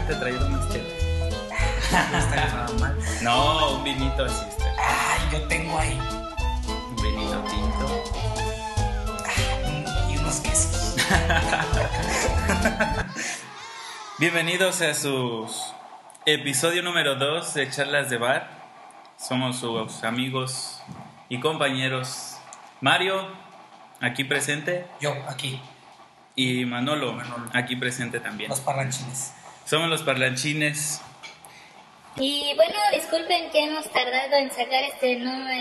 haberte traído unas chelas. No estaría nada mal. No, un vinito así está. Ay, yo tengo ahí. Un vinito tinto. Y unos quesos. Bienvenidos a su episodio número 2 de Charlas de Bar. Somos sus amigos y compañeros Mario, aquí presente, Yo, aquí. y Manolo, aquí presente también. Los parlanchines. Somos los parlanchines. Y bueno, disculpen que hemos tardado en sacar este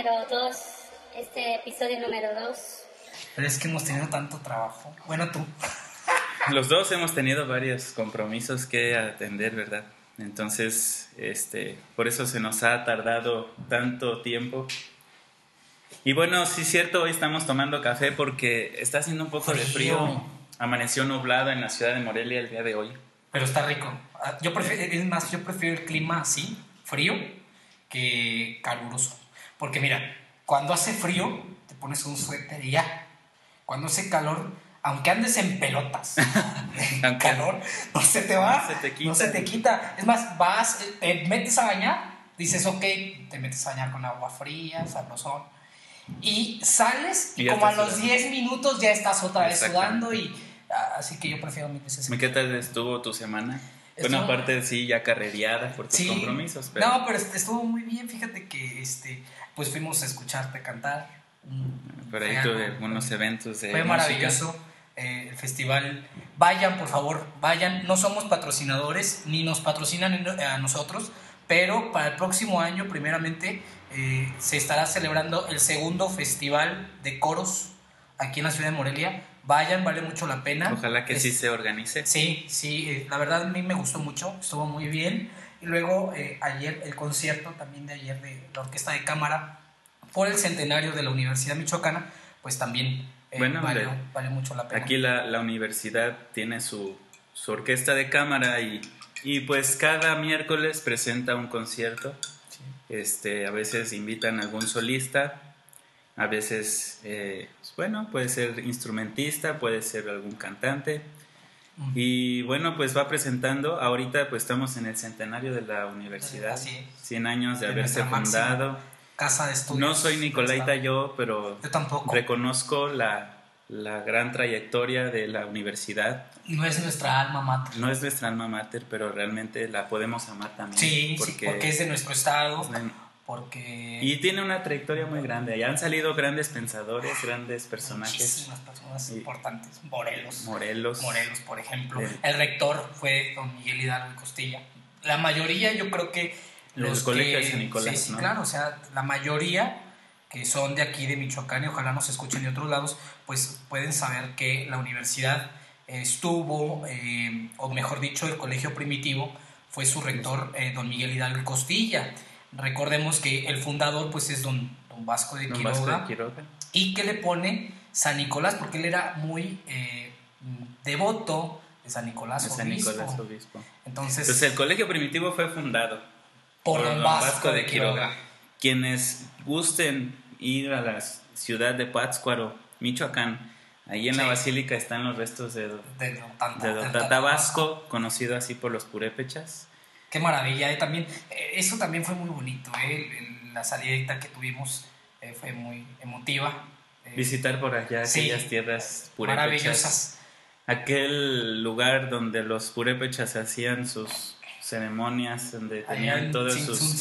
episodio número 2. Pero es que hemos tenido tanto trabajo. Bueno, tú. Los dos hemos tenido varios compromisos que atender, ¿verdad? Entonces, por eso se nos ha tardado tanto tiempo. Y bueno, sí es cierto, hoy estamos tomando café porque está haciendo un poco de frío. Amaneció nublado en la ciudad de Morelia el día de hoy. Pero está rico. Yo prefiero el clima así, frío, que caluroso. Porque mira, cuando hace frío, te pones un suéter y ya. Cuando hace calor, aunque andes en pelotas, el calor no se te va, no se te quita. Es más, vas, te metes a bañar, dices, ok, te metes a bañar con agua fría, sabrosón. Y sales y como a los 10 minutos ya estás otra vez sudando y... Así que yo prefiero mil veces. ¿Qué tal estuvo tu semana? Bueno, aparte sí, ya carrereada por tus compromisos. Pero... No, pero estuvo muy bien. Fíjate que pues fuimos a escucharte cantar. Por ahí tuve unos eventos de fue maravilloso. El festival. Vayan, por favor, vayan. No somos patrocinadores, ni nos patrocinan a nosotros, pero para el próximo año, primeramente, se estará celebrando el segundo festival de coros aquí en la ciudad de Morelia. Vayan, vale mucho la pena. Ojalá que sí se organice. Sí, la verdad a mí me gustó mucho, estuvo muy bien. Y luego ayer, el concierto también de ayer de la Orquesta de Cámara por el centenario de la Universidad Michoacana, pues también vale mucho la pena. Aquí la universidad tiene su orquesta de cámara y pues cada miércoles presenta un concierto. Sí. A veces invitan a algún solista. A veces, puede ser instrumentista, puede ser algún cantante. Y bueno, pues va presentando. Ahorita pues estamos en el centenario de la universidad. 100 años de haberse fundado. Casa de estudios. No soy nicolaita yo, pero yo tampoco. Reconozco la gran trayectoria de la universidad. No es nuestra alma mater. No es nuestra alma mater, pero realmente la podemos amar también. Sí, porque es de nuestro estado. Y tiene una trayectoria muy grande. Allá han salido grandes pensadores, grandes personajes. Muchísimas personas importantes. Morelos, por ejemplo. El rector fue don Miguel Hidalgo y Costilla. La mayoría, yo creo que los colegios de San Nicolás, sí, ¿no? Claro, o sea, la mayoría que son de aquí de Michoacán y ojalá nos escuchen de otros lados, pues pueden saber que la universidad estuvo, o mejor dicho, el colegio primitivo fue su rector, don Miguel Hidalgo y Costilla. Recordemos que el fundador pues es don Vasco de Quiroga, y que le pone San Nicolás porque él era muy devoto de San Nicolás Obispo. Entonces el colegio primitivo fue fundado por don Vasco de Quiroga. Quienes gusten ir a la ciudad de Pátzcuaro, Michoacán, ahí en la basílica están los restos de don Tata Vasco, conocido así por los purépechas. Qué maravilla, eso también fue muy bonito, la salidita que tuvimos fue muy emotiva. Visitar por allá aquellas tierras purépechas. Maravillosas. Aquel lugar donde los purépechas hacían sus ceremonias, donde tenían todos sus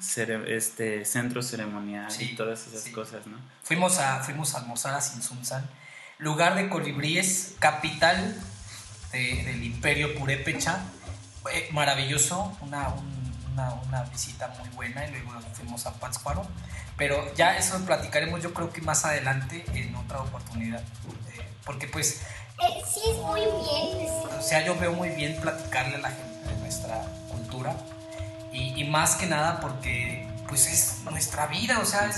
centros ceremoniales y todas esas cosas, ¿no? Fuimos a almorzar a Sinsunzán, lugar de colibríes, capital del imperio purépecha. Maravilloso, una visita muy buena, y luego fuimos a Pátzcuaro, pero ya eso lo platicaremos yo creo que más adelante en otra oportunidad, porque pues sí es muy bien, o sea, yo veo muy bien platicarle a la gente de nuestra cultura y más que nada porque pues es nuestra vida, o sea,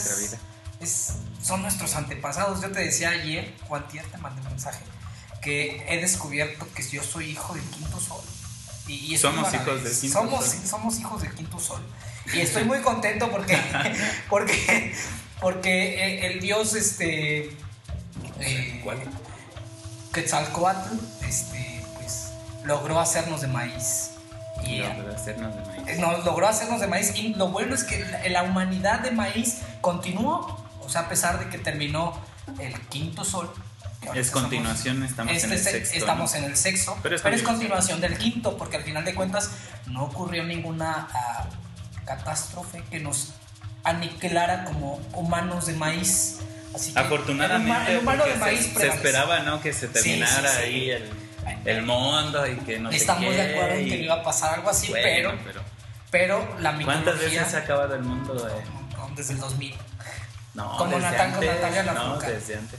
son nuestros antepasados. Yo te decía ayer o antier, te mandé un mensaje que he descubierto que yo soy hijo del quinto sol. Y somos hijos del quinto sol. Somos hijos del quinto sol. Y estoy muy contento porque el dios Quetzalcóatl pues logró hacernos de maíz. Y logró hacernos de maíz. nos logró hacernos de maíz. Y lo bueno es que la humanidad de maíz continuó. O sea, a pesar de que terminó el quinto sol. Es continuación, estamos en el sexto. Estamos ¿no? en el sexto, pero es continuación del quinto, porque al final de cuentas no ocurrió ninguna catástrofe que nos aniquilara como humanos de maíz. Así que afortunadamente el humano de maíz se esperaba, ¿no? Que se terminara ahí el mundo y que no sé qué. Estamos de acuerdo en que iba a pasar algo así, bueno, pero la mitología... ¿Cuántas veces se ha acabado el mundo? Desde el 2000. No, como desde Natán antes, con Natalia no, Lafourcade. desde antes.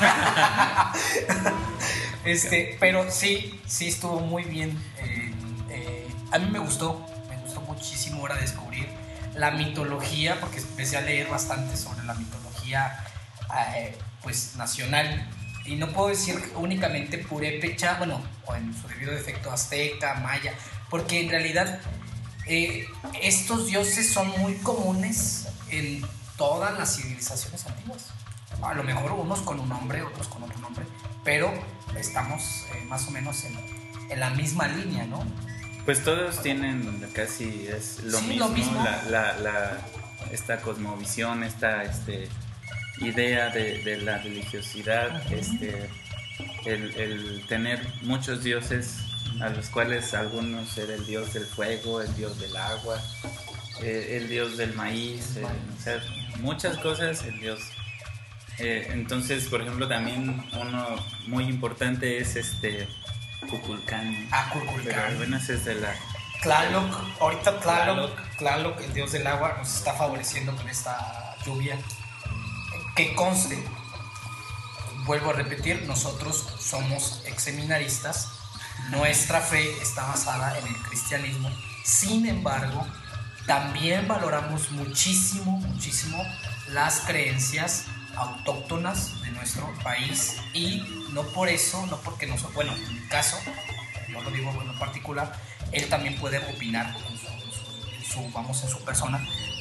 Pero sí estuvo muy bien. A mí me gustó muchísimo ahora descubrir la mitología, porque empecé a leer bastante sobre la mitología pues nacional, y no puedo decir únicamente purépecha, bueno, o en su debido defecto azteca, maya, porque en realidad estos dioses son muy comunes en todas las civilizaciones antiguas. A lo mejor unos con un nombre, otros con otro nombre, pero estamos más o menos en la misma línea, ¿no? Pues todos tienen casi es lo Sí, mismo, lo mismo. Esta cosmovisión, esta idea de la religiosidad, el tener muchos dioses, a los cuales algunos era el dios del fuego, el dios del agua, el dios del maíz, o sea, muchas cosas, el dios. Entonces, por ejemplo, también uno muy importante es Kukulcán. Kukulcán. Pero al menos es de la... Tlaloc, ahorita Tlaloc, el dios del agua, nos está favoreciendo con esta lluvia. Que conste, vuelvo a repetir, nosotros somos exseminaristas, nuestra fe está basada en el cristianismo, sin embargo, también valoramos muchísimo las creencias autóctonas de nuestro país, y no por eso, no porque nosotros, bueno, en mi caso, yo lo digo en lo particular, él también puede opinar en su persona,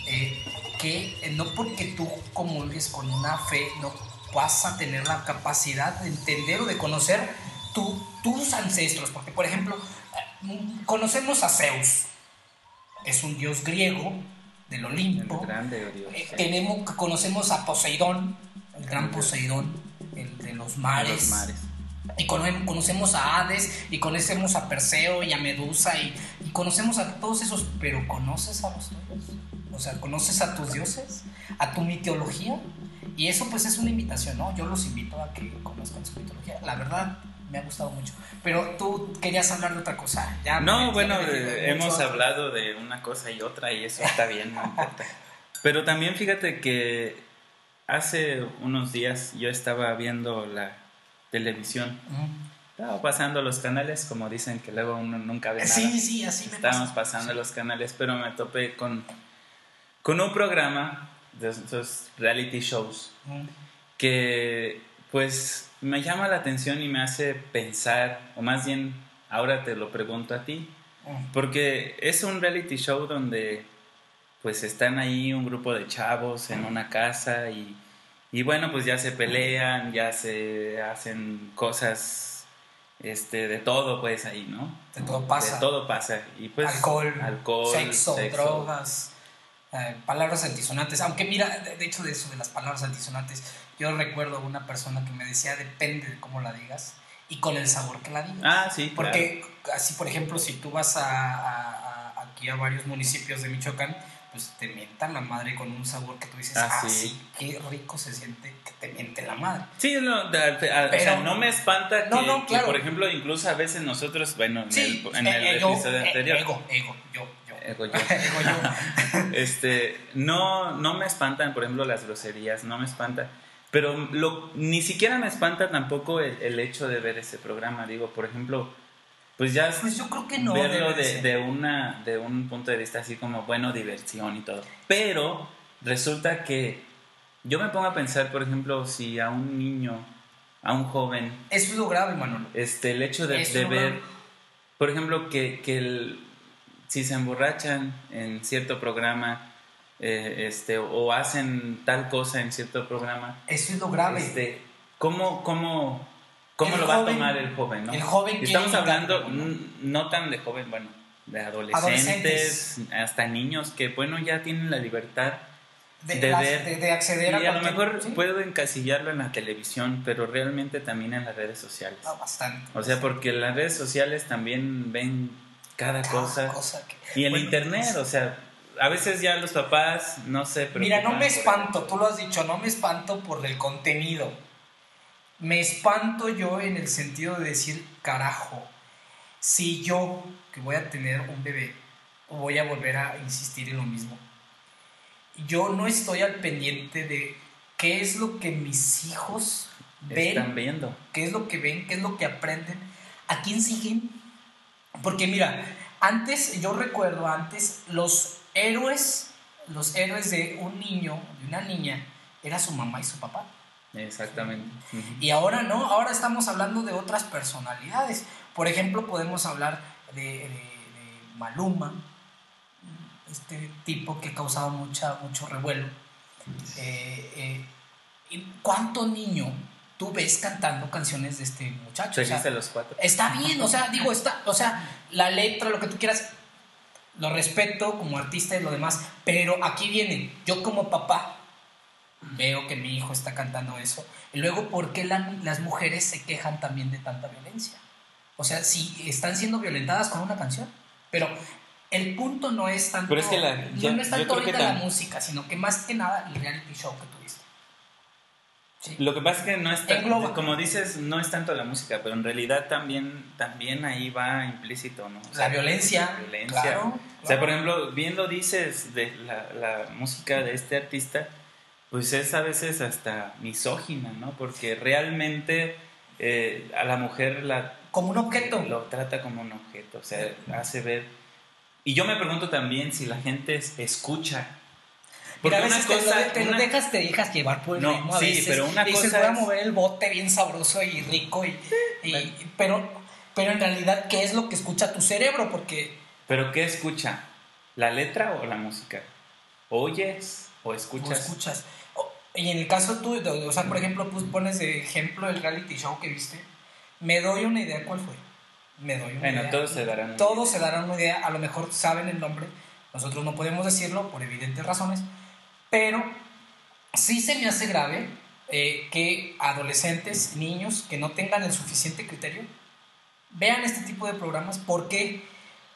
que no porque tú comulgues con una fe no vas a tener la capacidad de entender o de conocer tus ancestros, porque por ejemplo conocemos a Zeus, es un dios griego del Olimpo. El grande dios. Conocemos a Poseidón, el gran Poseidón, el de los mares. Y conocemos a Hades, y conocemos a Perseo y a Medusa, y conocemos a todos esos, pero ¿conoces a los tuyos? O sea, ¿conoces a tus dioses? ¿A tu mitología? Y eso pues es una invitación, ¿no? Yo los invito a que conozcan su mitología. La verdad, me ha gustado mucho. Pero tú querías hablar de otra cosa. Hemos hablado de una cosa y otra, y eso está bien, no importa. Pero también fíjate que hace unos días yo estaba viendo la televisión. Estaba pasando los canales, como dicen que luego uno nunca ve nada. Sí, así me pasa. Estábamos pasando los canales, pero me topé con un programa de esos reality shows que pues me llama la atención y me hace pensar, o más bien ahora te lo pregunto a ti, porque es un reality show donde pues están ahí un grupo de chavos en una casa y bueno, pues ya se pelean, ya se hacen cosas de todo pues ahí, ¿no? De todo pasa. De todo pasa. Y pues alcohol, sexo, drogas, palabras antisonantes. Aunque mira, de hecho de eso, de las palabras antisonantes, yo recuerdo a una persona que me decía, depende de cómo la digas y con el sabor que la digas. Ah, sí, porque así, por ejemplo, si tú vas aquí a varios municipios de Michoacán, pues te mientan la madre con un sabor que tú dices, sí, qué rico se siente que te miente la madre. Sí, o sea, no me espanta que, por ejemplo, incluso a veces nosotros, bueno, en el episodio anterior... Ego yo. No me espantan, por ejemplo, las groserías, no me espantan. Pero ni siquiera me espanta tampoco el hecho de ver ese programa. Digo, por ejemplo, pues ya yo creo que no verlo de un punto de vista así como, bueno, diversión y todo. Pero resulta que yo me pongo a pensar, por ejemplo, si a un niño, a un joven... Eso es lo grave, Manolo. El hecho de ver, por ejemplo, si se emborrachan en cierto programa, o hacen tal cosa en cierto programa, eso es lo grave. ¿Cómo lo va a tomar el joven, ¿no? El joven estamos hablando no tan de joven, bueno, de adolescentes, hasta niños que, bueno, ya tienen la libertad de ver. De acceder y a lo mejor ¿sí? puedo encasillarlo en la televisión, pero realmente también en las redes sociales. No, bastante. O sea, porque en las redes sociales también ven cada cosa y el internet, o sea, a veces ya los papás no sé. Mira, no me espanto, tú lo has dicho, no me espanto por el contenido. Me espanto yo en el sentido de decir, carajo, si yo, que voy a tener un bebé, voy a volver a insistir en lo mismo. Yo no estoy al pendiente de qué es lo que mis hijos ven, están viendo, qué es lo que ven, qué es lo que aprenden, a quién siguen. Porque mira, antes, yo recuerdo antes, los héroes de un niño, de una niña, era su mamá y su papá. Exactamente. Y ahora no, ahora estamos hablando de otras personalidades. Por ejemplo, podemos hablar de Maluma, este tipo que ha causado mucho revuelo. ¿Cuánto niño tú ves cantando canciones de este muchacho? O sea, los 4. Está bien, o sea, la letra, lo que tú quieras, lo respeto como artista y lo demás, pero aquí viene, yo como papá veo que mi hijo está cantando eso, y luego, ¿por qué las mujeres se quejan también de tanta violencia? O sea, si están siendo violentadas con una canción, pero el punto no es tanto, pero es que no es tanto ahorita la música, sino que más que nada el reality show que tuviste. Sí. Lo que pasa es que no es tanto, como dices, no es tanto la música, pero en realidad también ahí va implícito, ¿no? O sea, la violencia. Claro. O sea, por ejemplo, bien lo dices de la música de este artista, pues es a veces hasta misógina, ¿no? Porque realmente a la mujer como un objeto. Lo trata como un objeto, o sea, hace ver. Y yo me pregunto también si la gente escucha. Porque a veces te dejas llevar por el ritmo a veces. Pero una cosa se puede mover el bote bien sabroso y rico pero en realidad, ¿qué es lo que escucha tu cerebro? Porque ¿pero qué escucha? ¿La letra o la música? ¿Oyes o escuchas? Y en el caso tú, o sea, por ejemplo, tú pones de ejemplo el reality show que viste, me doy una idea cuál fue. Idea. Todos se darán una idea, a lo mejor saben el nombre, nosotros no podemos decirlo por evidentes razones, pero sí se me hace grave que adolescentes, niños que no tengan el suficiente criterio vean este tipo de programas porque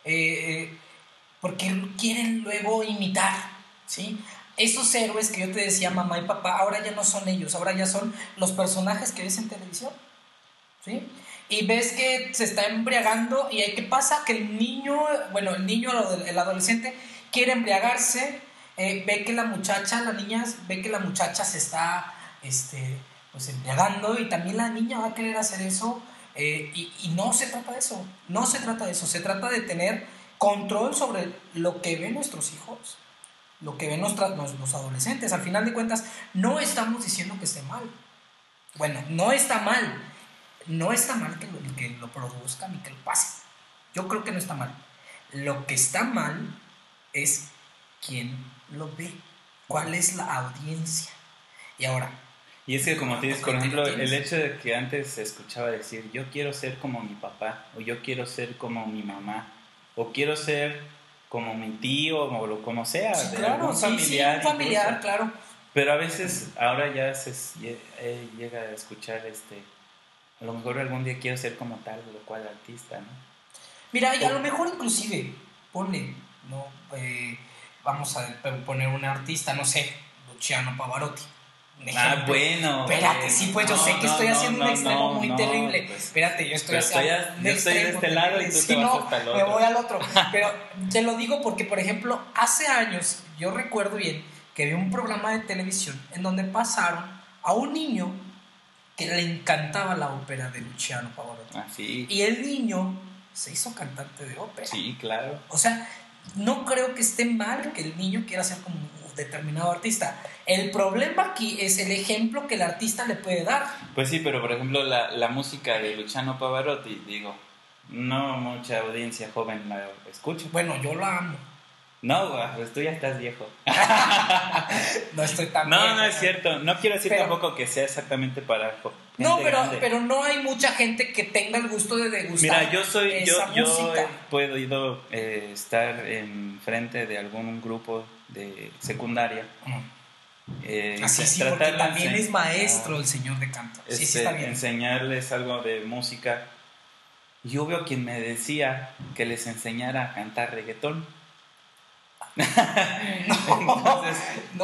quieren luego imitar, ¿sí? Esos héroes que yo te decía, mamá y papá, ahora ya no son ellos, ahora ya son los personajes que ves en televisión, ¿sí? Y ves que se está embriagando y ¿qué pasa? Que el adolescente quiere embriagarse, ve que la muchacha se está pues embriagando y también la niña va a querer hacer eso y no se trata de eso, se trata de tener control sobre lo que ven nuestros hijos, lo que ven los adolescentes. Al final de cuentas, no estamos diciendo que esté mal. Bueno, no está mal que lo produzcan y que lo pasen. Yo creo que no está mal. Lo que está mal es quién lo ve, cuál es la audiencia. Y ahora, y es que como te dices, por ejemplo, el hecho de que antes se escuchaba decir yo quiero ser como mi papá, o yo quiero ser como mi mamá, o quiero ser como mi tío, o como sea, sí, de claro, algún familiar, un familiar, claro. Pero a veces ahora ya se llega a escuchar a lo mejor algún día quiero ser como tal o cual artista, ¿no? Mira, y a lo mejor inclusive ponle, ¿no? Vamos a poner un artista, no sé, Luciano Pavarotti. Bueno. Espérate, sí, pues yo sé que estoy haciendo un extremo muy terrible. Pues, espérate, yo estoy de este lado y tú te vas hasta el otro. Me voy al otro. Pero te lo digo porque, por ejemplo, hace años, yo recuerdo bien que había un programa de televisión en donde pasaron a un niño que le encantaba la ópera de Luciano Pavarotti. Sí. Y el niño se hizo cantante de ópera. Sí, claro. O sea, no creo que esté mal que el niño quiera ser como un determinado artista. El problema aquí es el ejemplo que el artista le puede dar. Pues sí, pero por ejemplo la música de Luciano Pavarotti, digo, no mucha audiencia joven la escucha. Bueno, yo la amo. No, pues tú ya estás viejo. No estoy tan No, viejo, no es cierto. No quiero decir Pero- tampoco que sea exactamente para gente No, grande. pero no hay mucha gente que tenga el gusto de degustar Mira, yo esa música. he podido estar en frente de algún grupo de secundaria. Así sí, porque tratar de también es maestro no, el señor de canto. Sí, sí está bien. enseñarles algo de música. Y hubo quien me decía que les enseñara a cantar reggaetón. Entonces,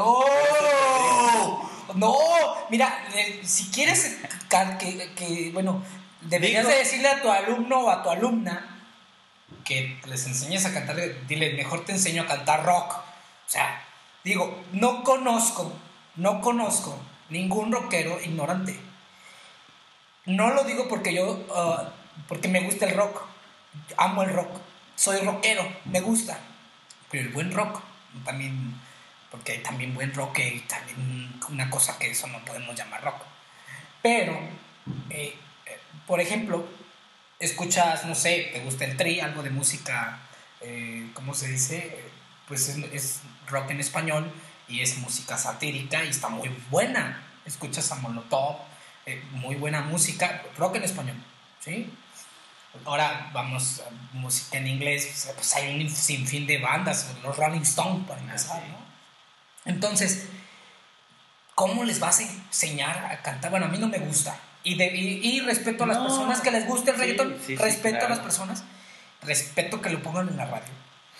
No, mira, si quieres bueno, deberías de decirle a tu alumno o a tu alumna que les enseñes a cantar, dile, mejor te enseño a cantar rock. O sea, digo, no conozco ningún rockero ignorante. No lo digo porque porque me gusta el rock, amo el rock, soy rockero, me gusta, pero el buen rock también, porque hay también buen rock y también una cosa que eso no podemos llamar rock. Pero, por ejemplo, escuchas, no sé, te gusta el Tri, algo de música, ¿cómo se dice? Pues es rock en español y es música satírica y está muy buena. Escuchas a Molotov, muy buena música, rock en español, ¿sí? Ahora vamos a música en inglés, pues hay un sinfín de bandas, los Rolling Stones para empezar, ¿no? Entonces, ¿cómo les vas a enseñar a cantar? Bueno, a mí no me gusta. Y respeto a las personas que les gusta el reggaetón. Respeto claro. A las personas. Respeto que lo pongan en la radio.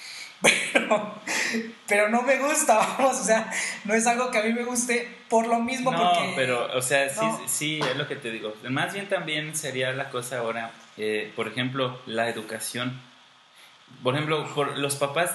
Pero no me gusta, vamos. O sea, no es algo que a mí me guste por lo mismo. No, porque, pero, o sea, no. sí, es lo que te digo. Más bien también sería la cosa ahora, por ejemplo, la educación. Por ejemplo, por los papás,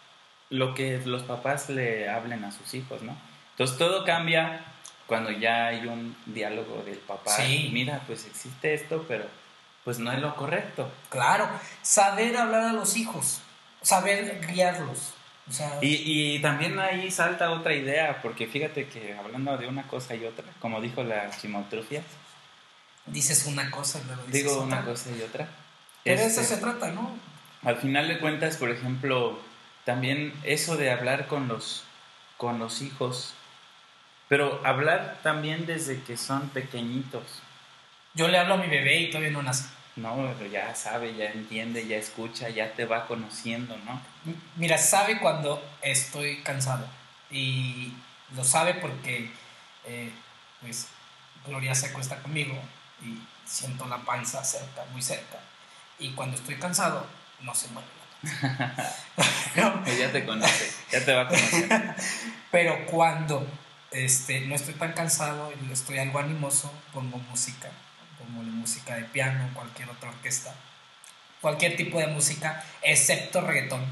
lo que los papás le hablen a sus hijos, ¿no? Entonces todo cambia cuando ya hay un diálogo del papá. Sí. Mira, pues existe esto, pero pues no es lo correcto. Claro, saber hablar a los hijos, saber guiarlos. O sea, y también ahí salta otra idea, porque fíjate que hablando de una cosa y otra, como dijo la chimotrufia, dices una cosa y luego dices digo otra. una cosa y otra. Pero de eso se trata, ¿no? Al final de cuentas, por ejemplo, también eso de hablar con los hijos, pero hablar también desde que son pequeñitos. Yo le hablo a mi bebé y todavía no nace. No, pero ya sabe, ya entiende, ya escucha, ya te va conociendo, ¿no? Mira, sabe cuando estoy cansado. Y lo sabe porque, pues, Gloria se acuesta conmigo y siento la panza cerca, muy cerca. Y cuando estoy cansado, no se mueve la panza. Ya te conoce, ya te va conociendo. Pero cuando no estoy tan cansado y estoy algo animoso, pongo música de piano, cualquier otra orquesta, cualquier tipo de música, excepto reggaetón.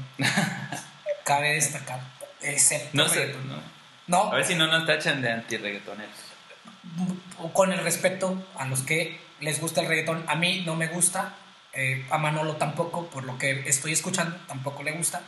Cabe destacar, excepto reggaetón. No. A ver si no nos tachan de anti-reggaetoneros. Con el respeto a los que les gusta el reggaetón, a mí no me gusta, a Manolo tampoco, por lo que estoy escuchando, tampoco le gusta.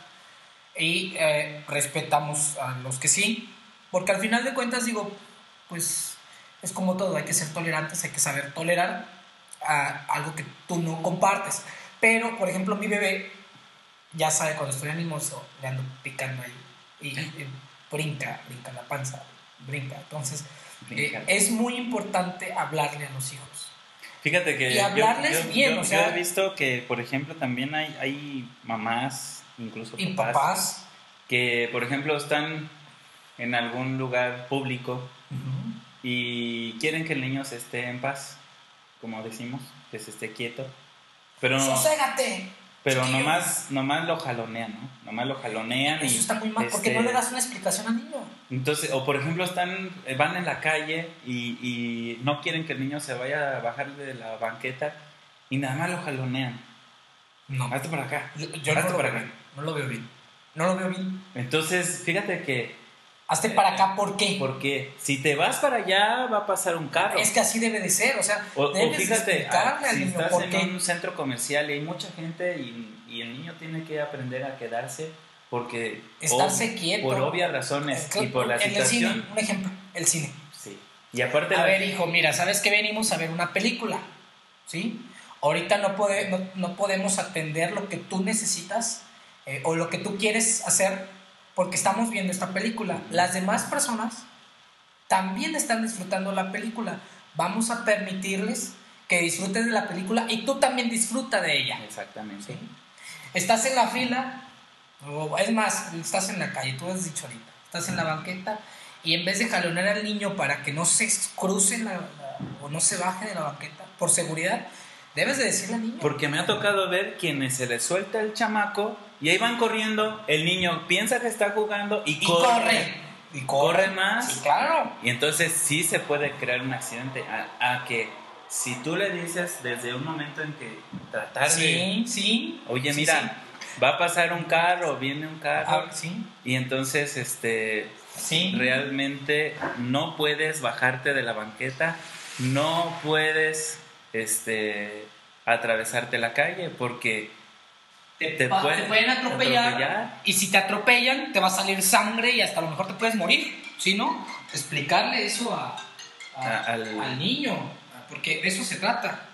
Y respetamos a los que sí, porque al final de cuentas digo, pues es como todo, hay que ser tolerantes, hay que saber tolerar a algo que tú no compartes. Pero, por ejemplo, mi bebé ya sabe cuando estoy animoso, le ando picando ahí y brinca la panza, brinca. Entonces, es muy importante hablarle a los hijos. Fíjate que y hablarles bien, o sea, yo he visto que, por ejemplo, también hay mamás, incluso y papás que, por ejemplo, están en algún lugar público y quieren que el niño se esté en paz, como decimos, que se esté quieto. Pero ¡soségate! Pero nomás lo jalonean, ¿no? Nomás lo jalonean. Eso está muy mal, porque no le das una explicación al niño. Entonces, o por ejemplo, van en la calle y no quieren que el niño se vaya a bajar de la banqueta y nada más lo jalonean. No. Hazte para acá. Yo no lo veo bien. Entonces, fíjate que... Hazte para acá, ¿por qué? Porque si te vas para allá va a pasar un carro. Es que así debe de ser, o sea, debes fíjate, explicarle al si niño estás por en qué. un centro comercial y hay mucha gente y el niño tiene que aprender a quedarse porque... Estarse quieto. Por obvias razones y por la situación. El cine, un ejemplo, el cine. Sí. Y aparte... A ver, hijo, mira, ¿sabes qué? Venimos a ver una película, ¿sí? Ahorita no podemos atender lo que tú necesitas o lo que tú quieres hacer porque estamos viendo esta película. Las demás personas también están disfrutando la película. Vamos a permitirles que disfruten de la película y tú también disfruta de ella. Exactamente. ¿Sí? Estás en la fila, o es más, estás en la calle, tú has dicho ahorita, estás en la banqueta y en vez de jalonear al niño para que no se cruce o no se baje de la banqueta, por seguridad, debes de decirle al niño. Porque me ha tocado ver quienes se les suelta el chamaco y ahí van corriendo, el niño piensa que está jugando y corre más. Sí, claro. Y entonces sí se puede crear un accidente. A que si tú le dices desde un momento en que tratar de... Sí. Oye, Sí, mira, sí. va a pasar un carro, viene un carro. Sí. Y entonces, Sí. realmente no puedes bajarte de la banqueta, no puedes, atravesarte la calle porque te pueden atropellar. Y si te atropellan, te va a salir sangre y hasta a lo mejor te puedes morir. ¿Sí, no? Explicarle eso al niño, porque de eso se trata.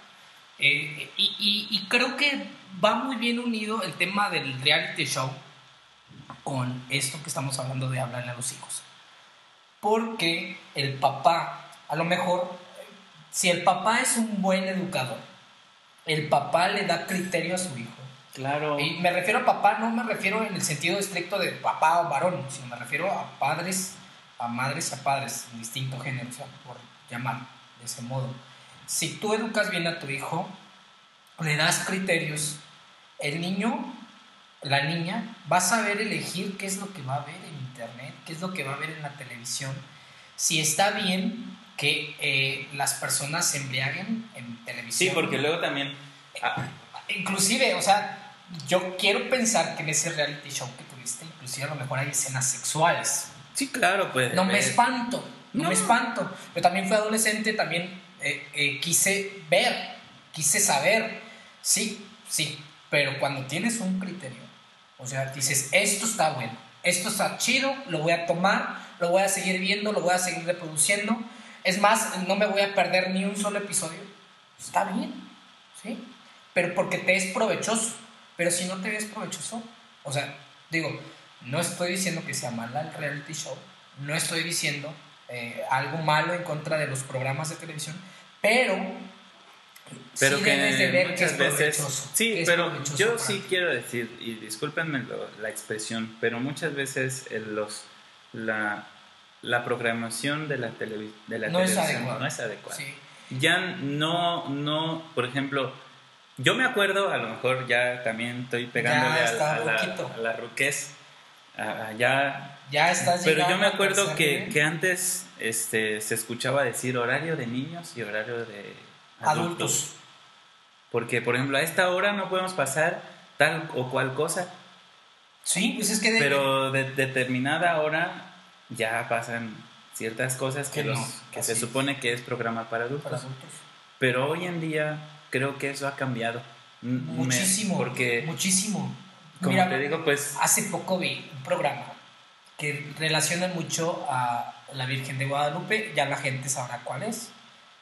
Y creo que va muy bien unido el tema del reality show con esto que estamos hablando de hablarle a los hijos. Porque el papá, a lo mejor, si el papá es un buen educador, el papá le da criterio a su hijo. Claro. Y me refiero a papá, no me refiero en el sentido estricto de papá o varón, sino me refiero a padres, a madres y a padres, en distinto género, o sea, por llamar de ese modo. Si tú educas bien a tu hijo, le das criterios, el niño, la niña, va a saber elegir qué es lo que va a ver en internet, qué es lo que va a ver en la televisión, si está bien que las personas se embriaguen en televisión. Sí, porque luego también... Inclusive, o sea, yo quiero pensar que en ese reality show que tuviste, inclusive a lo mejor hay escenas sexuales. Sí, claro, pues. No me espanto. Yo también fui adolescente, también quise ver, quise saber. Sí, pero cuando tienes un criterio, o sea, dices, esto está bueno, esto está chido, lo voy a tomar, lo voy a seguir viendo, lo voy a seguir reproduciendo. Es más, no me voy a perder ni un solo episodio. Está bien, ¿sí? Pero porque te es provechoso. Pero si no te es provechoso, o sea, digo, no estoy diciendo que sea mala el reality show, no estoy diciendo algo malo en contra de los programas de televisión, pero sí que debes de ver que es muchas veces provechoso. sí, pero yo sí quiero decir, y discúlpenme la expresión, pero muchas veces la programación de la televisión no es adecuada. Sí. Ya no, por ejemplo, yo me acuerdo, a lo mejor ya también estoy pegándole a la ruquez, ya estás. Pero yo me acuerdo que antes se escuchaba decir horario de niños y horario de adultos. Porque, por ejemplo, a esta hora no podemos pasar tal o cual cosa. Sí, pues es que... Pero de determinada hora ya pasan ciertas cosas que se supone que es programa para adultos. Pero hoy en día creo que eso ha cambiado. Muchísimo. Muchísimo. Como Mira, te digo, pues... Hace poco vi un programa que relaciona mucho a la Virgen de Guadalupe, ya la gente sabrá cuál es,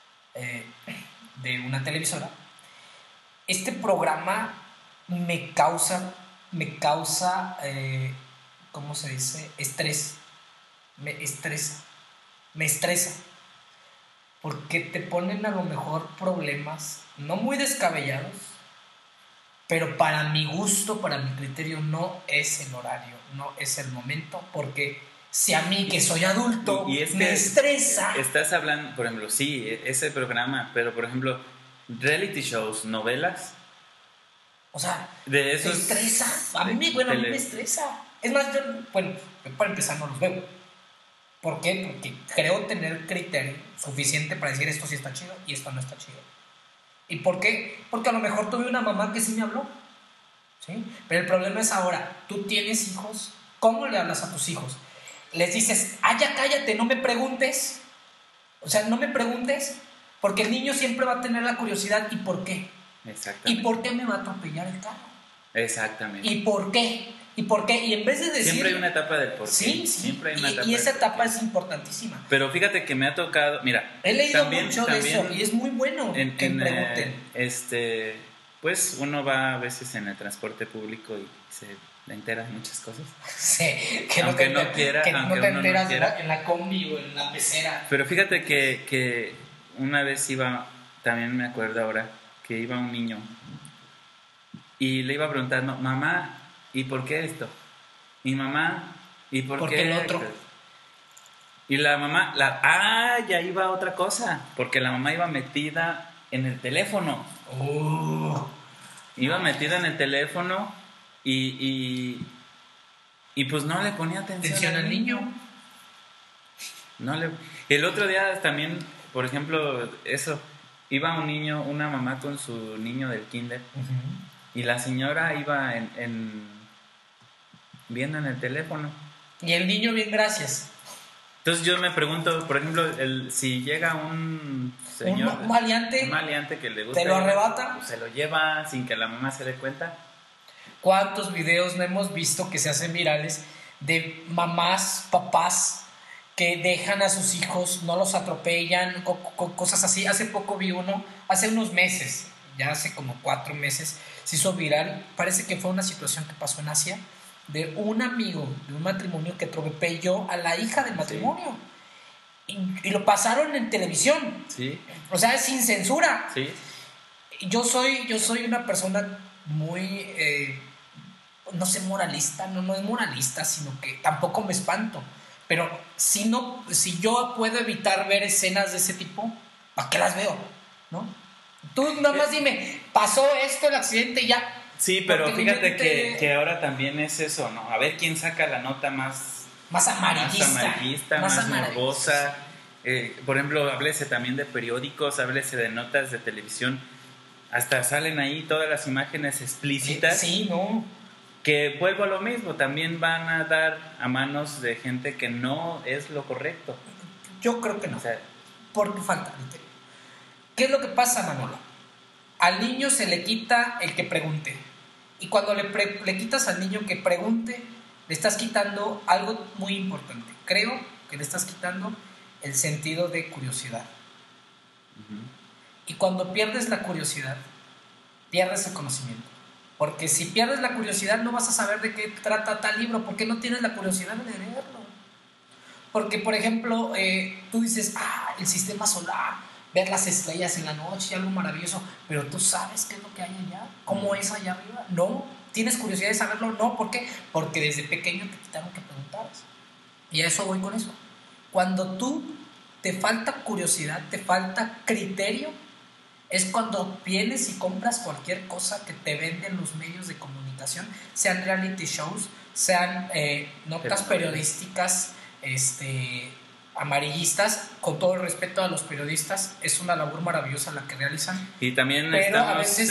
de una televisora. Este programa me causa ¿cómo se dice? Estrés. Me estresa. Porque te ponen a lo mejor problemas no muy descabellados, pero para mi gusto, para mi criterio, no es el horario, no es el momento, porque si a mí que soy adulto me estresa. Estás hablando, por ejemplo, sí, ese programa, pero por ejemplo, reality shows, novelas. O sea, de esos, ¿te estresa? A mí me estresa. Es más, yo para empezar no los veo. ¿Por qué? Porque creo tener criterio suficiente para decir esto sí está chido y esto no está chido. ¿Y por qué? Porque a lo mejor tuve una mamá que sí me habló, ¿sí? Pero el problema es ahora, tú tienes hijos, ¿cómo le hablas a tus hijos? Les dices, ya cállate, no me preguntes. O sea, no me preguntes, porque el niño siempre va a tener la curiosidad. ¿Y por qué? Exactamente. ¿Y por qué me va a atropellar el carro? Exactamente. ¿Y por qué? ¿Y por qué? Y en vez de decir... Siempre hay una etapa del por qué. Sí. Siempre hay una etapa y esa etapa es importantísima. Pero fíjate que me ha tocado... Mira, he leído mucho de eso y es muy bueno que pregunten. Pues uno va a veces en el transporte público y la entera de muchas cosas. Sí, Aunque no quiera, que aunque no te uno no enteras quiera. en la combi o en la pecera. Pero fíjate que una vez iba, también me acuerdo ahora, que iba un niño y le iba preguntando, mamá, ¿y por qué esto? Y mamá, ¿y por ¿Por qué qué el otro? esto? Y la mamá, ya iba otra cosa, porque la mamá iba metida en el teléfono. Iba metida en el teléfono y pues no le ponía atención Al niño. No le... El otro día también, por ejemplo, eso, iba un niño, una mamá con su niño del kinder, y la señora iba viendo en el teléfono. Y el niño, bien, gracias. Entonces yo me pregunto, por ejemplo, si llega un señor, un maleante que le gusta, te lo arrebata, pues se lo lleva sin que la mamá se dé cuenta. ¿Cuántos videos no hemos visto que se hacen virales de mamás, papás que dejan a sus hijos, no los atropellan, cosas así? Hace poco vi uno, hace unos meses, ya hace como 4 meses, se hizo viral. Parece que fue una situación que pasó en Asia, de un amigo de un matrimonio que atropelló a la hija del matrimonio. Sí. Y lo pasaron en televisión. Sí. O sea, sin censura. Sí. Yo soy una persona muy, no sé, moralista, no es moralista, sino que tampoco me espanto. Pero si yo puedo evitar ver escenas de ese tipo, ¿para qué las veo? ¿No? Tú nada más dime, pasó esto, el accidente, y ya. Sí, pero fíjate que ahora también es eso, ¿no? A ver quién saca la nota más amarillista, más morbosa. Por ejemplo, háblese también de periódicos, háblese de notas de televisión. Hasta salen ahí todas las imágenes explícitas. Sí, no. Que vuelvo a lo mismo, también van a dar a manos de gente que no es lo correcto. Yo creo que no. O sea, porque falta criterio. ¿Qué es lo que pasa, Manolo? Al niño se le quita el que pregunte. Y cuando le quitas al niño que pregunte, le estás quitando algo muy importante. Creo que le estás quitando el sentido de curiosidad. Uh-huh. Y cuando pierdes la curiosidad, pierdes el conocimiento. Porque si pierdes la curiosidad, no vas a saber de qué trata tal libro, porque no tienes la curiosidad de leerlo. Porque, por ejemplo, tú dices, el sistema solar, ver las estrellas en la noche, algo maravilloso, pero tú sabes qué es lo que hay allá, cómo es allá arriba. No, ¿tienes curiosidad de saberlo? No, ¿por qué? Porque desde pequeño te quitaron que preguntaras. Y a eso voy con eso. Cuando te falta curiosidad, te falta criterio, es cuando vienes y compras cualquier cosa que te venden los medios de comunicación, sean reality shows, sean notas periodísticas, amarillistas. Con todo el respeto a los periodistas, es una labor maravillosa la que realizan. Y también pero a veces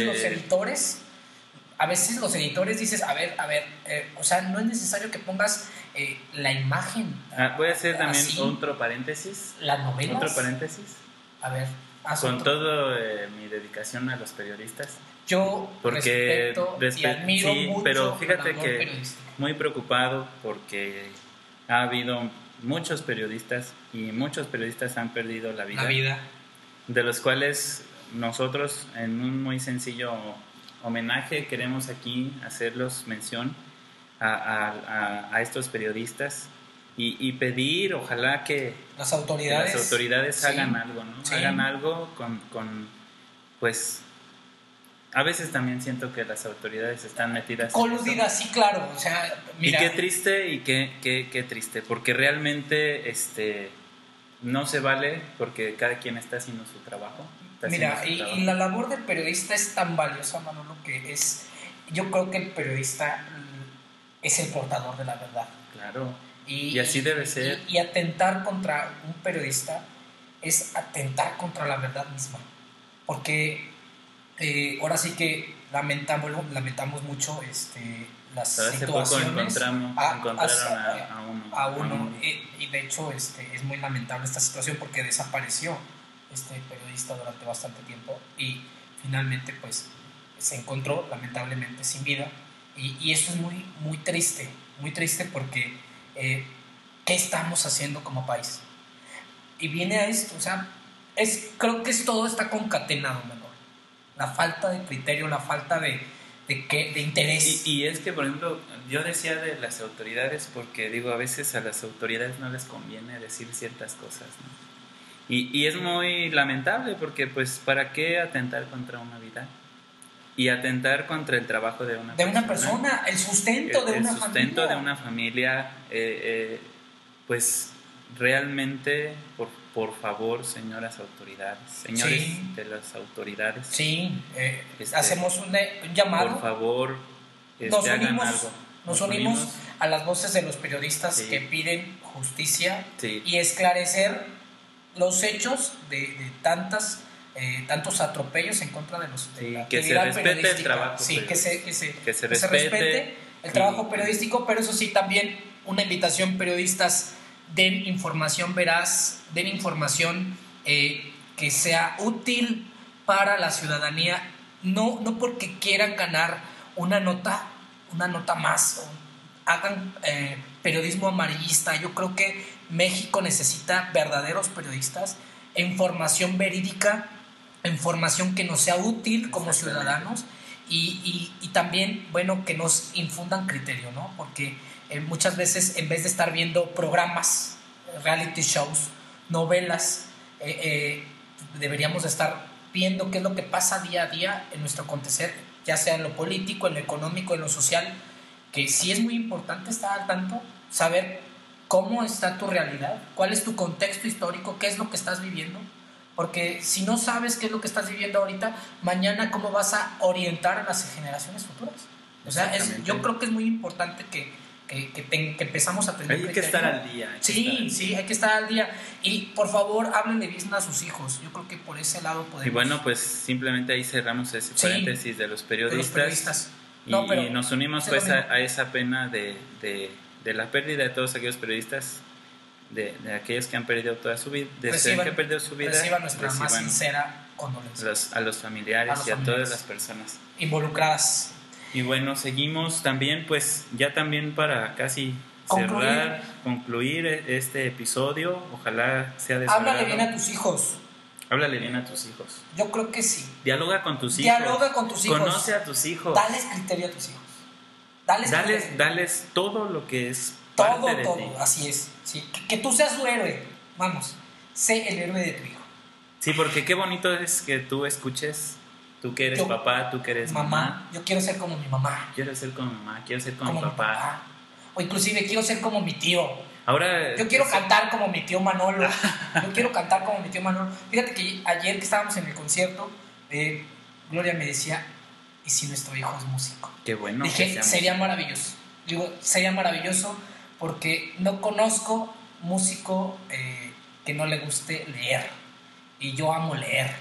los editores dices, a ver, o sea, no es necesario que pongas la imagen. Voy a hacer también así, otro paréntesis. Las novelas. Otro paréntesis. A ver, con todo mi dedicación a los periodistas. Yo respeto y admiro mucho, pero fíjate que muy preocupado porque ha habido muchos periodistas y muchos periodistas han perdido la vida, de los cuales nosotros en un muy sencillo homenaje queremos aquí hacerlos mención a estos periodistas y pedir, ojalá que las autoridades hagan algo, ¿no? Sí. Hagan algo con pues a veces también siento que las autoridades están metidas coludidas, sí, claro, o sea, mira. Y qué triste, y qué triste, porque realmente no se vale, porque cada quien está haciendo su trabajo. Mira, y la labor del periodista es tan valiosa, Manolo, que yo creo que el periodista es el portador de la verdad. Claro, y así debe ser. Y atentar contra un periodista es atentar contra la verdad misma, porque ahora sí que lamentamos mucho las situaciones. Encontraron a uno. Y de hecho es muy lamentable esta situación porque desapareció este periodista durante bastante tiempo y finalmente pues se encontró lamentablemente sin vida y esto es muy, muy triste porque ¿qué estamos haciendo como país? Y viene a esto, o sea, creo que todo está concatenado, ¿no? La falta de criterio, la falta de de interés. Y es que, por ejemplo, yo decía de las autoridades porque, digo, a veces a las autoridades no les conviene decir ciertas cosas, ¿no? Y es muy lamentable porque, pues, ¿para qué atentar contra una vida? Y atentar contra el trabajo de una persona, el sustento de una familia. El sustento de una familia, pues, realmente, por favor, señoras autoridades, señores de las autoridades. Sí, hacemos un llamado. Por favor, hagan algo. Nos unimos a las voces de los periodistas que piden justicia y esclarecer los hechos de tantos atropellos en contra de los de la que se respete el trabajo. Sí, que se respete el trabajo periodístico, pero eso sí, también una invitación: periodistas, den información veraz, den información que sea útil para la ciudadanía, no porque quieran ganar una nota más, hagan periodismo amarillista. Yo creo que México necesita verdaderos periodistas, información verídica, información que nos sea útil como ciudadanos y también, bueno, que nos infundan criterio, ¿no? Porque muchas veces, en vez de estar viendo programas, reality shows, novelas, deberíamos de estar viendo qué es lo que pasa día a día en nuestro acontecer, ya sea en lo político, en lo económico, en lo social, que sí es muy importante estar al tanto, saber cómo está tu realidad, cuál es tu contexto histórico, qué es lo que estás viviendo, porque si no sabes qué es lo que estás viviendo ahorita, mañana cómo vas a orientar a las generaciones futuras. O sea, yo creo que es muy importante que empezamos a tener. Hay que estar al día. Sí, hay que estar al día. Y por favor, háblenle bien a sus hijos. Yo creo que por ese lado podemos. Y bueno, pues simplemente ahí cerramos ese paréntesis de los periodistas. Y nos unimos pues a esa pena de la pérdida de todos aquellos periodistas, de aquellos que han perdido toda su vida, reciban nuestra más sincera condolencia a los familiares y a todas las personas involucradas. Y bueno, seguimos también, pues ya también para casi concluir este episodio. Ojalá sea de su agrado. Háblale bien a tus hijos. Háblale bien a tus hijos. Yo creo que sí. Dialoga con tus hijos. Conoce a tus hijos. Dales criterio a tus hijos. Dales todo lo que es todo, parte de ti. Así es. Sí. Que tú seas su héroe. Vamos, sé el héroe de tu hijo. Sí, porque qué bonito es que tú escuches, tú que eres papá, tú que eres mamá. Yo quiero ser como mi mamá. Quiero ser como mamá, quiero ser como mi papá. O inclusive quiero ser como mi tío. Ahora, yo quiero cantar como mi tío Manolo. Fíjate que ayer que estábamos en el concierto, Gloria me decía, ¿y si nuestro hijo es músico? Qué bueno. Dije, sería maravilloso. Sería maravilloso porque no conozco músico que no le guste leer. Y yo amo leer.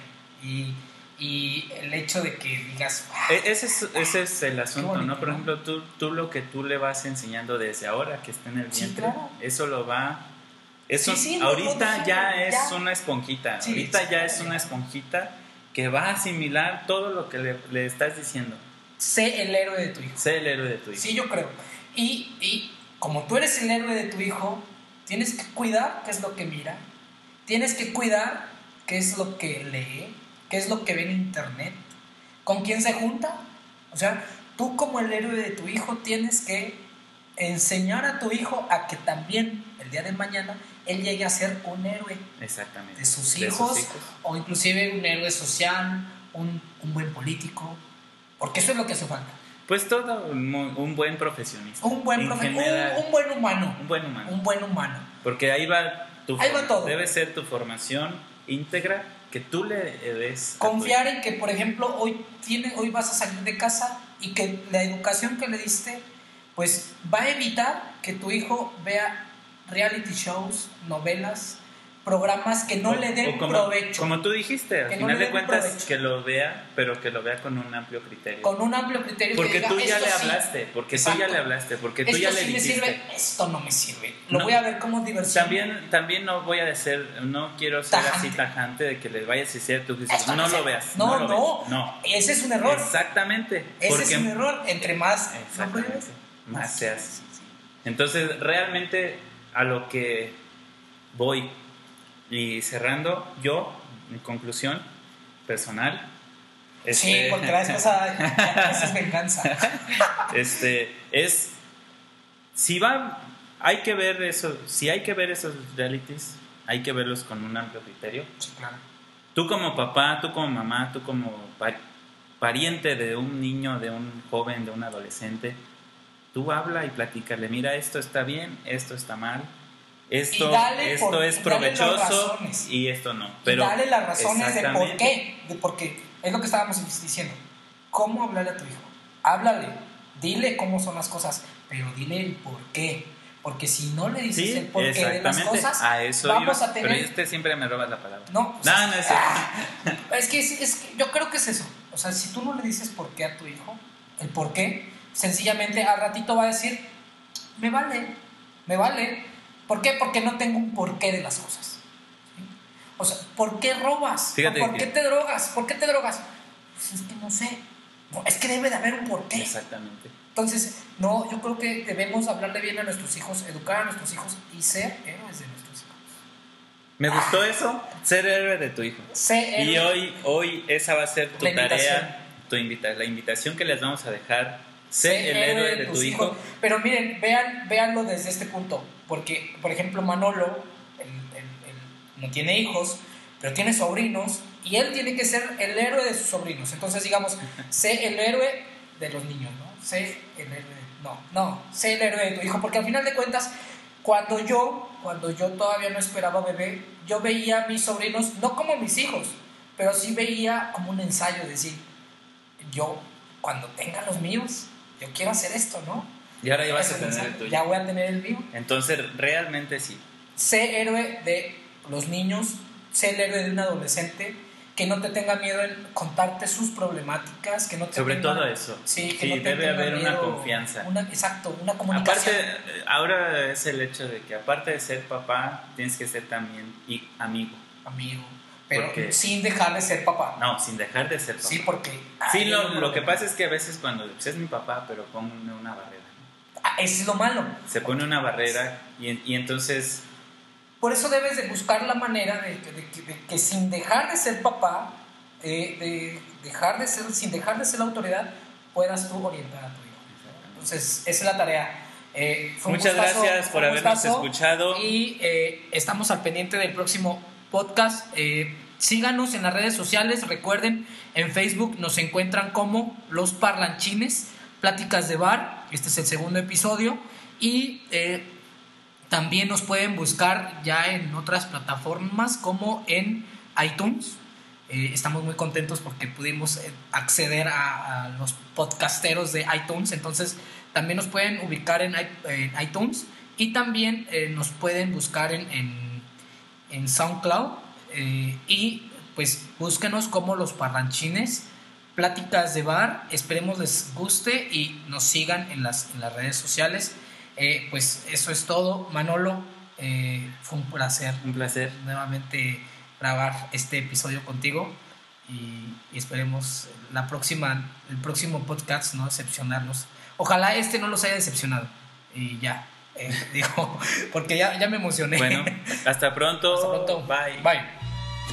Y el hecho de que digas... Ese es el asunto, bonito, ¿no? Por ejemplo, tú lo que tú le vas enseñando desde ahora que está en el vientre, claro. Eso lo va... ahorita ya es una esponjita. Es una esponjita que va a asimilar todo lo que le estás diciendo. Sé el héroe de tu hijo. Sí, yo creo. Y como tú eres el héroe de tu hijo, tienes que cuidar qué es lo que mira. Tienes que cuidar qué es lo que lee, qué es lo que ve en internet, con quién se junta. O sea, tú como el héroe de tu hijo tienes que enseñar a tu hijo a que también el día de mañana él llegue a ser un héroe. Exactamente. De sus hijos, o inclusive un héroe social, un buen político, porque eso es lo que hace falta. Pues todo, un buen profesionista. Un buen humano. Un buen humano. Porque ahí va todo. Debe ser tu formación íntegra que tú le des. Confiar en que, por ejemplo, hoy vas a salir de casa y que la educación que le diste pues va a evitar que tu hijo vea reality shows, novelas, programas que no le den provecho. Como tú dijiste, al final de cuentas provecho. Que lo vea, pero que lo vea con un amplio criterio. Porque tú ya le hablaste, porque tú ya le dijiste. Me sirve, esto no me sirve. Voy a ver como diversión. También no quiero ser así tajante de que le vayas a decir a tu hijo, no lo veas. No. Ese es un error. Exactamente. Ese es un error. Entre más más seas. Entonces, realmente a lo que voy y cerrando, yo, mi conclusión personal, Sí, porque la vez pasada esa es venganza. Hay que ver eso. Si hay que ver esos realities, hay que verlos con un amplio criterio. Sí, claro. Tú como papá, tú como mamá, tú como pariente de un niño, de un joven, de un adolescente, tú habla y platícale, mira, esto está bien, esto está mal, esto es provechoso y esto no. Pero y dale las razones de por qué, porque es lo que estábamos diciendo. ¿Cómo hablarle a tu hijo? Háblale, dile cómo son las cosas, pero dile el por qué. Porque si no le dices el porqué de las cosas, a eso vamos a tener... Pero siempre me robas la palabra. No, no es es que yo creo que es eso. O sea, si tú no le dices por qué a tu hijo, el por qué, sencillamente al ratito va a decir, me vale. ¿Por qué? Porque no tengo un porqué de las cosas. ¿Sí? O sea, ¿por qué robas? ¿Por qué te drogas? ¿Por qué te drogas? Pues es que no sé. Es que debe de haber un porqué. Exactamente. Entonces, no, yo creo que debemos hablarle bien a nuestros hijos, educar a nuestros hijos y ser héroes de nuestros hijos. Me gustó eso, ser héroe de tu hijo. Y hoy esa va a ser tu tarea, la invitación que les vamos a dejar. Sé el héroe de tu hijo. Pero miren, véanlo desde este punto. Porque, por ejemplo, Manolo, él no tiene hijos, pero tiene sobrinos, y él tiene que ser el héroe de sus sobrinos. Entonces, digamos, sé el héroe de los niños, ¿no? Sé el héroe de tu hijo, porque al final de cuentas, cuando yo todavía no esperaba bebé, yo veía a mis sobrinos no como mis hijos, pero sí veía como un ensayo, decir, yo cuando tenga los míos, yo quiero hacer esto, ¿no? Y ahora ya vas a tener el tuyo. Ya voy a tener el mío. Entonces, realmente sí. Sé héroe de los niños, sé el héroe de un adolescente, que no te tenga miedo en contarte sus problemáticas, que no te sobre todo eso. Sí, que no te debe haber una confianza. Exacto, una comunicación. Aparte, ahora es el hecho de que aparte de ser papá, tienes que ser también amigo. Pero porque, sin dejar de ser papá. No, sin dejar de ser papá. Sí, porque... Sí, lo que pasa es que a veces cuando es mi papá, pero pone una barrera. Eso es lo malo. Se pone una barrera y entonces... Por eso debes de buscar la manera de que sin dejar de ser papá, sin dejar de ser la autoridad, puedas tú orientar a tu hijo. Entonces, esa es la tarea. Muchas gracias por habernos escuchado. Y estamos al pendiente del próximo podcast. Síganos en las redes sociales. Recuerden, en Facebook nos encuentran como Los Parlanchines, Pláticas de Bar. Este es el segundo episodio. Y también nos pueden buscar ya en otras plataformas como en iTunes. Estamos muy contentos porque pudimos acceder a los podcasteros de iTunes. Entonces también nos pueden ubicar en iTunes. Y también nos pueden buscar en SoundCloud. Y pues búsquenos como Los Parlanchines, Pláticas de Bar. Esperemos les guste y nos sigan en las redes sociales. Pues eso es todo, Manolo. Fue un placer nuevamente grabar este episodio contigo y esperemos el próximo podcast no decepcionarnos. Ojalá este no los haya decepcionado y ya, digo, porque ya me emocioné. Bueno, hasta pronto. Bye.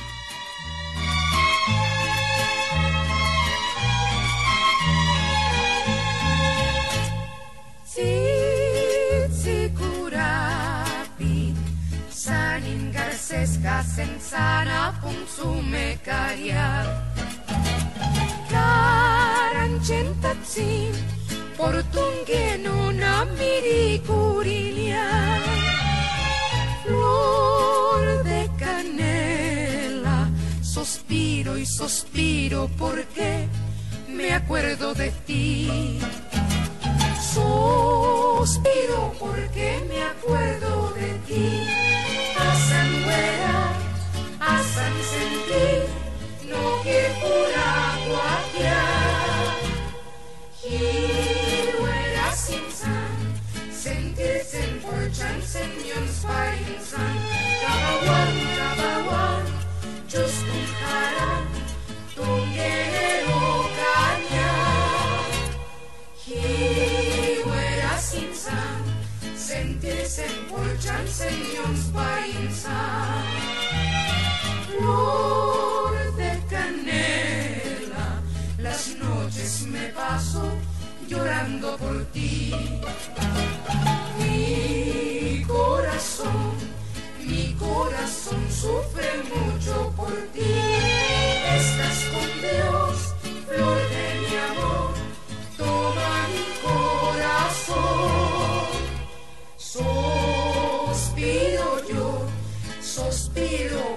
Sensana punsume karya Karancentatsin Portungeno namiri curilia Flor de canela Suspiro y suspiro porque me acuerdo de ti Suspiro porque me acuerdo de ti Asan wera, asan sentir, no que pura guatia. Hiwera sinsan, sentir sen porchan senyon sparinsan. Kabawan, just kumparan, tungenero kanya. Hiwera sinsan, sentir sen porchan senyon sparinsan. sospiro